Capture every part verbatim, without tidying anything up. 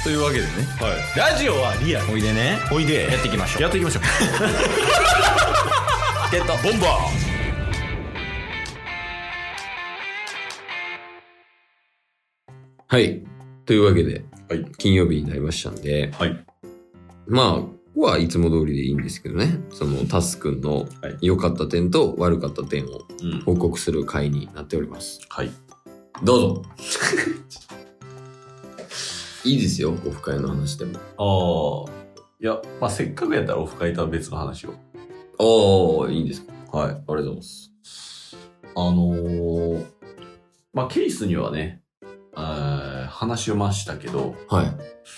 というわけでね、 はい、ラジオはリアル。 おいでね、 おいでやっていきましょう。 やっていきましょう。 ゲットボンバー。はい。というわけで、 はい、 金曜日になりましたんで、 はい、 まあ、ここはいつも通りでいいんですけどね、そのタスくんの良かった点と悪かった点を報告する回になっております。 うん、はい。 どうぞ。いいですよ、オフ会の話でも。 ああ、いや、まあ、せっかくやったらオフ会とは別の話を。 ああ、いいですか。 はい、ありがとうございます。あのー、まあ、ケースにはね、あ話しましたけど、 はい。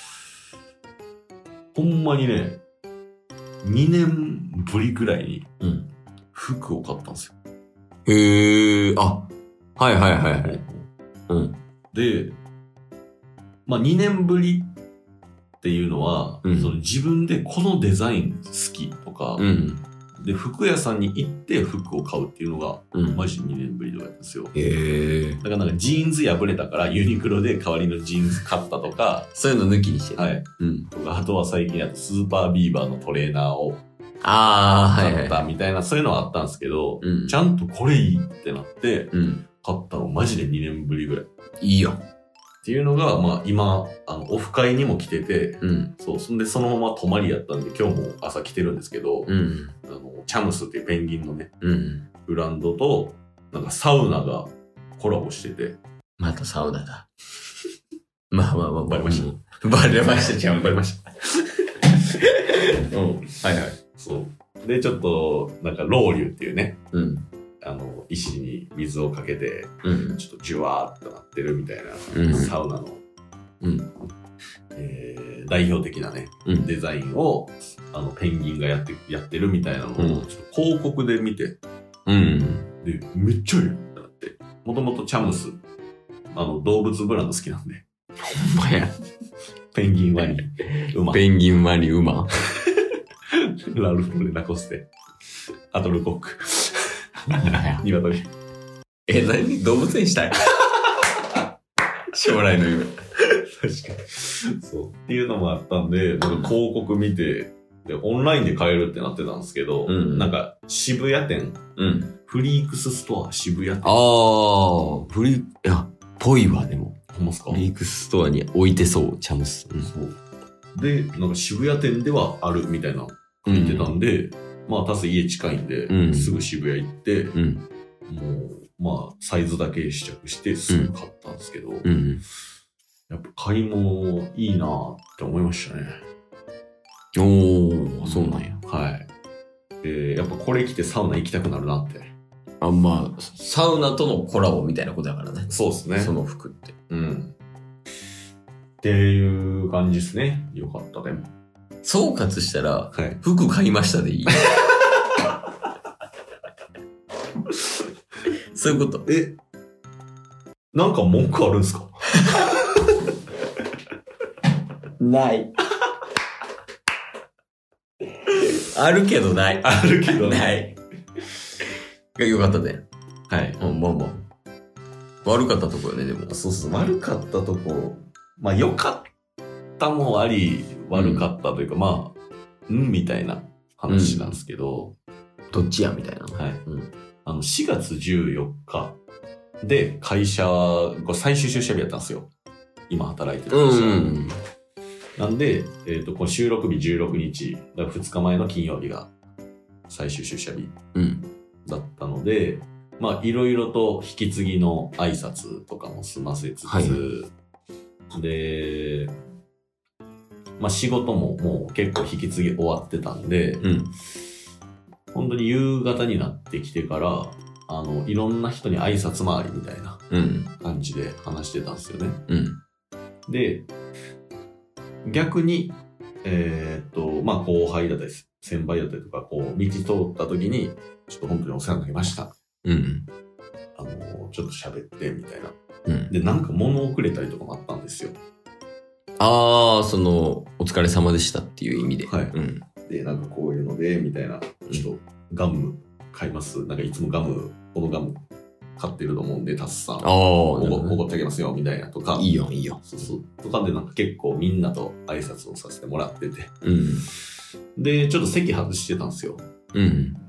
ほんまにね、にねんぶりぐらいに服を買ったんですよ。 うん、へえ、あ、はいはいはいはい。うん。 で、まあにねんぶりっていうのは、うん、その自分でこのデザイン好きとか、うん、で服屋さんに行って服を買うっていうのが、うん、マジにねんぶりとかやったんですよ。 へえ。 だからなんかジーンズ破れたからユニクロで代わりのジーンズ買ったとか、 そういうの抜きにしてる。 はい。うん。とか、あとは最近だとスーパービーバーのトレーナーをああ、 買ったみたいな、はいはい、そういうのはあったんですけど、 うん、 ちゃんとこれいいってなって、 うん、 買ったのマジでにねんぶりぐらい。 いいよ。 っていうのが、まあ今、あの、オフ会にも来てて、 うん、 そう、そんでそのまま泊まりやったんで、今日も朝来てるんですけど、 うん、 あの、チャムスっていうペンギンのね、 うん、 ブランドと、なんかサウナがコラボしてて。 またサウナだ。まあまあまあ、 バレました。 バレました、ちゃん、 バレました。 うん、はいはい。 そう。で、ちょっと、なんか、ロウリュっていうね、 うん。 あの、石に水をかけて、 うん、 ちょっとジュワーっとなってるみたいな、 うん、 サウナの、 うんえー、代表的なね、 うん、 デザインを、あの、ペンギンがやって、やってるみたいなのを、ちょっと広告で見て、 うん。 で、めっちゃいいってなって、もともとチャムス、あの、動物ブランド好きなんで。 ほんまや。 ペンギンワニ、馬。 ペンギンワニ、馬。 ラルフ・レナコステ。アトルコック。ニワトリ。 え、何動物園したい将来の夢。 確かに。そう。っていうのもあったんで、なんか広告見て、で、オンラインで買えるってなってたんですけど、うん、なんか渋谷店、 うん、 フリークスストア渋谷店。 あー、フリー、いや、ぽいわ、でも。 ほんますか？ フリークスストアに置いてそう、チャムス。 うん、そう。で、なんか渋谷店ではあるみたいな言ってたんで、うん、まあ、たす家近いんで、うん、すぐ渋谷行って、うん、もう、まあ、サイズだけ試着してすぐ買ったんですけど、うんうん、やっぱ買い物いいなって思いましたね。 おー、そうなんや。 はい。で、やっぱこれ着てサウナ行きたくなるなって。 あ、まあ、サウナとのコラボみたいなことだからね。 そうですね。 その服って。 うん。っていう感じですね。よかったでも。 総括したら、 はい、 服買いましたでいい。そういうこと。 え、なんか文句あるんすか？ ない。あるけどない。 あるけどない。よかったね。 はい。 うん、まあまあ。悪かったとこよね、でも。 そうそう、悪かったとこ。まあ、良かったもあり、悪かったというか、うん、まあ、うんみたいな話なんですけど。 うん、どっちやみたいな。 はい。うん、あの、しがつじゅうよっかで、会社、これ最終出社日やったんですよ。今働いてる会社。うん、なんで、えっと、この収録日じゅうろくにち、だからふつかまえの金曜日が最終出社日だったので、うん、まあ、いろいろと引き継ぎの挨拶とかも済ませつつ、はい、で、まあ、仕事ももう結構引き継ぎ終わってたんで、うん、本当に夕方になってきてから、あの、いろんな人に挨拶回りみたいな感じで話してたんですよね。うん、で、逆に、えー、っと、まあ、後輩だったり、先輩だったりとか、こう、道通った時に、ちょっと本当にお世話になりました。うん。あの、ちょっと喋って、みたいな。うん。で、なんか物をくれたりとかもあったんですよ。 あー、その、お疲れ様でしたっていう意味で。 はい。うん。で、なんかこういうので、みたいな、ちょっとガム買います。なんかいつもガム、このガム買ってると思うんで、タスさん。 ああ。 おごってあげますよ、みたいなとか。 いいよ、いいよ。 そうそう。とかでなんか結構みんなと挨拶をさせてもらってて。 うん。 で、ちょっと席外してたんですよ。 うん。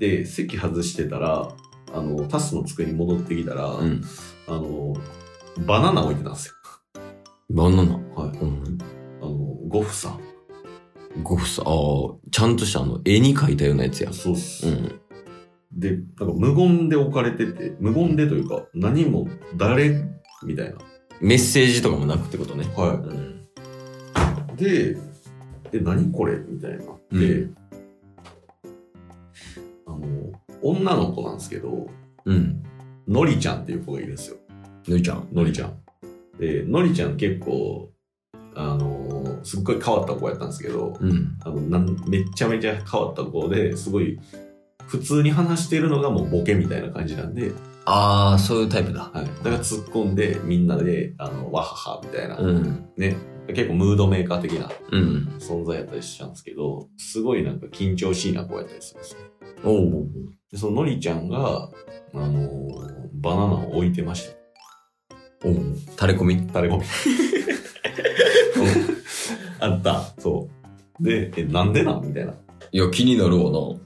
で、席外してたら、あの、タスの机に戻ってきたら、うん、あの、バナナ置いてたんですよ。 バナナはい。うん、あの、ご房。 ご房、ああ、ちゃんとしたあの、絵に描いたようなやつや。 そうっす。うん。で、なんか無言で置かれてて、無言でというか、何も誰みたいな。 メッセージとかもなくってことね。 はい。うん、で、え、何これみたいな。で、うん、あの、女の子なんですけど、うん。のりちゃんっていう子がいるんですよ。 のりちゃんのりちゃん。で、のりちゃん結構、あのー、すっごい変わった子やったんですけど、うん、あのなんめちゃめちゃ変わった子ですごい、普通に話してるのがもうボケみたいな感じなんで。 ああ、そういうタイプだ。 はい。だから突っ込んで、みんなで、あの、わははみたいな、うん。ね。結構ムードメーカー的な存在やったりしたんですけど、すごいなんか緊張しいな子やったりするんですよ。おお。で、そののりちゃんが、あのー、バナナを置いてました。 おお。垂れ込み垂れ込み。あった。そう。で、え、なんでなんみたいな。 いや、気になるわな。 そう。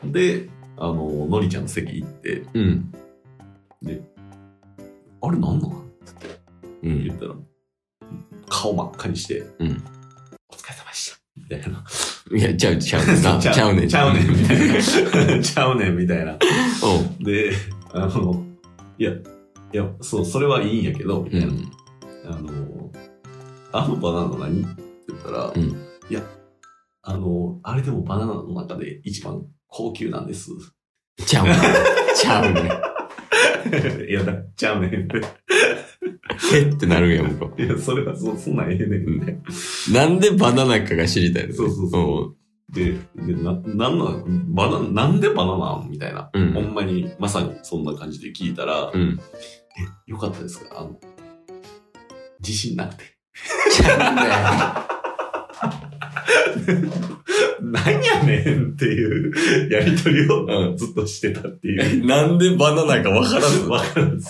で、あの、のりちゃんの席行って、うん。で、あれなんなんって言ったら、うん、顔真っ赤にして、うん。お疲れ様でした。みたいな。 いや、ちゃう、ちゃうねん。ちゃうねん。 ちゃうねん、みたいな。ちゃうねん、みたいな。うん。で、あの、いや、いや、そう、それはいいんやけど、みたいな。うん、あの、あのバナナ何って言ったら、うん、いや、あの、あれでもバナナの中で一番高級なんです。 ちゃうねん。ちゃうねん。 いや、ちゃうねんって。 えってなるやん、向こう。いや、それはそ、そんなんええねんね。 なんでバナナかが知りたいの、ね。 そうそうそう。で、でな、なんなん、バナナ、なんでバナナみたいな、うん。ほんまに、まさにそんな感じで聞いたら、うん、え、よかったですか？あの、自信なくて。ちゃうねん。何やねんっていうやりとりをずっとしてたっていう。 うん、なんでバナナかわからず。 わからず。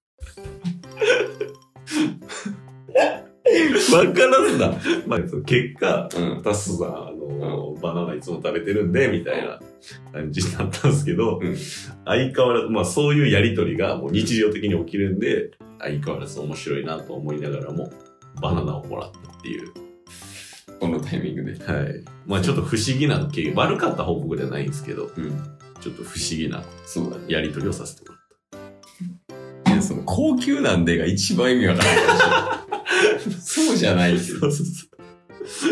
わからずだ。 まあ、結果、うん、タスさん、あの、うん、バナナいつも食べてるんで、みたいな感じだったんですけど、うん、相変わらず、まあそういうやりとりがもう日常的に起きるんで、相変わらず面白いなと思いながらも、バナナをもらったっていう。 このタイミングで。 はい。まあちょっと不思議な経験、悪かった報告じゃないんですけど、うん、ちょっと不思議なやりとりをさせてもらった。 いや、その高級なんでが一番意味わからないそうじゃないですよ。そうそうそう。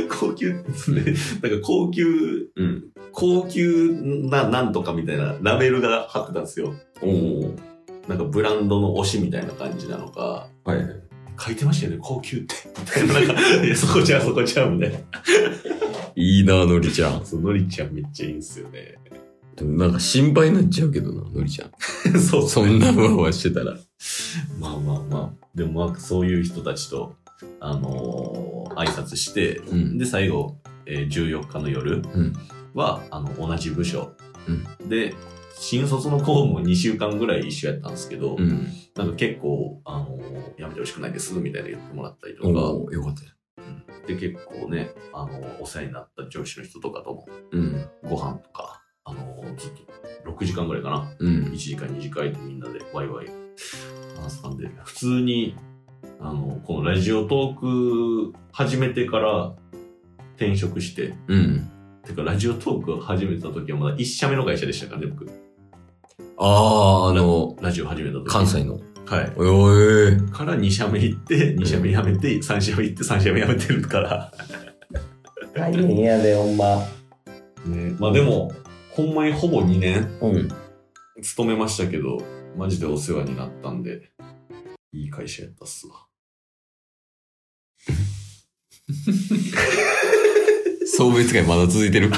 高級ですね。なんか高級、うん、高級ななんとかみたいなラベルが貼ってたんですよ。おお。なんかブランドの推しみたいな感じなのか。はい。書いてましたよね、高級って。みたいな。なんか、いや、そこちゃう、そこちゃう、みたいな。 いいな、のりちゃん。 そう、のりちゃんめっちゃいいんすよね。 でもなんか心配になっちゃうけどな、のりちゃん。そう、ね、そんなふわふわしてたら。 まあまあまあ。でもまあ、そういう人たちと、あのー、挨拶して、うん、で、最後、えー、じゅうよっかの夜は、うん、あの、同じ部署、うん、で、新卒の子もにしゅうかんぐらい一緒やったんですけど、うん、なんか結構、あのー、やめてほしくないです、みたいな言ってもらったりとか、 おー、よかった。 うん、で、結構ね、あのー、お世話になった上司の人とかとも、うん、ご飯とか、あのー、ずっとろくじかんぐらいかな、うん、いちじかんにじかんでみんなでワイワイ話したんで、普通に、あの、このラジオトーク始めてから転職して、うん。てか、ラジオトーク始めた時はまだ一社目の会社でしたからね、僕。 ああ、あの、 ラジオ始めた時。 関西の。 はい。 おえー。 からに社目行って、に社目辞めて、さん社目行って、さん社目辞めてるから。 大変やで、ほんま。 ね、まあでも、ほんまにほぼにねん、うん。勤めましたけど、マジでお世話になったんで、いい会社やったっすわ。 送別会まだ続いてる。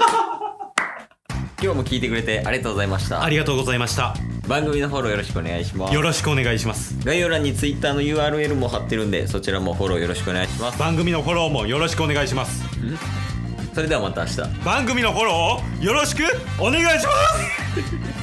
今日も聞いてくれてありがとうございました。 ありがとうございました。 番組のフォローよろしくお願いします。 よろしくお願いします。 概要欄に Twitter の ユーアールエル も貼ってるんで、そちらもフォローよろしくお願いします。 番組のフォローもよろしくお願いします。 それではまた明日。 番組のフォローをよろしくお願いします。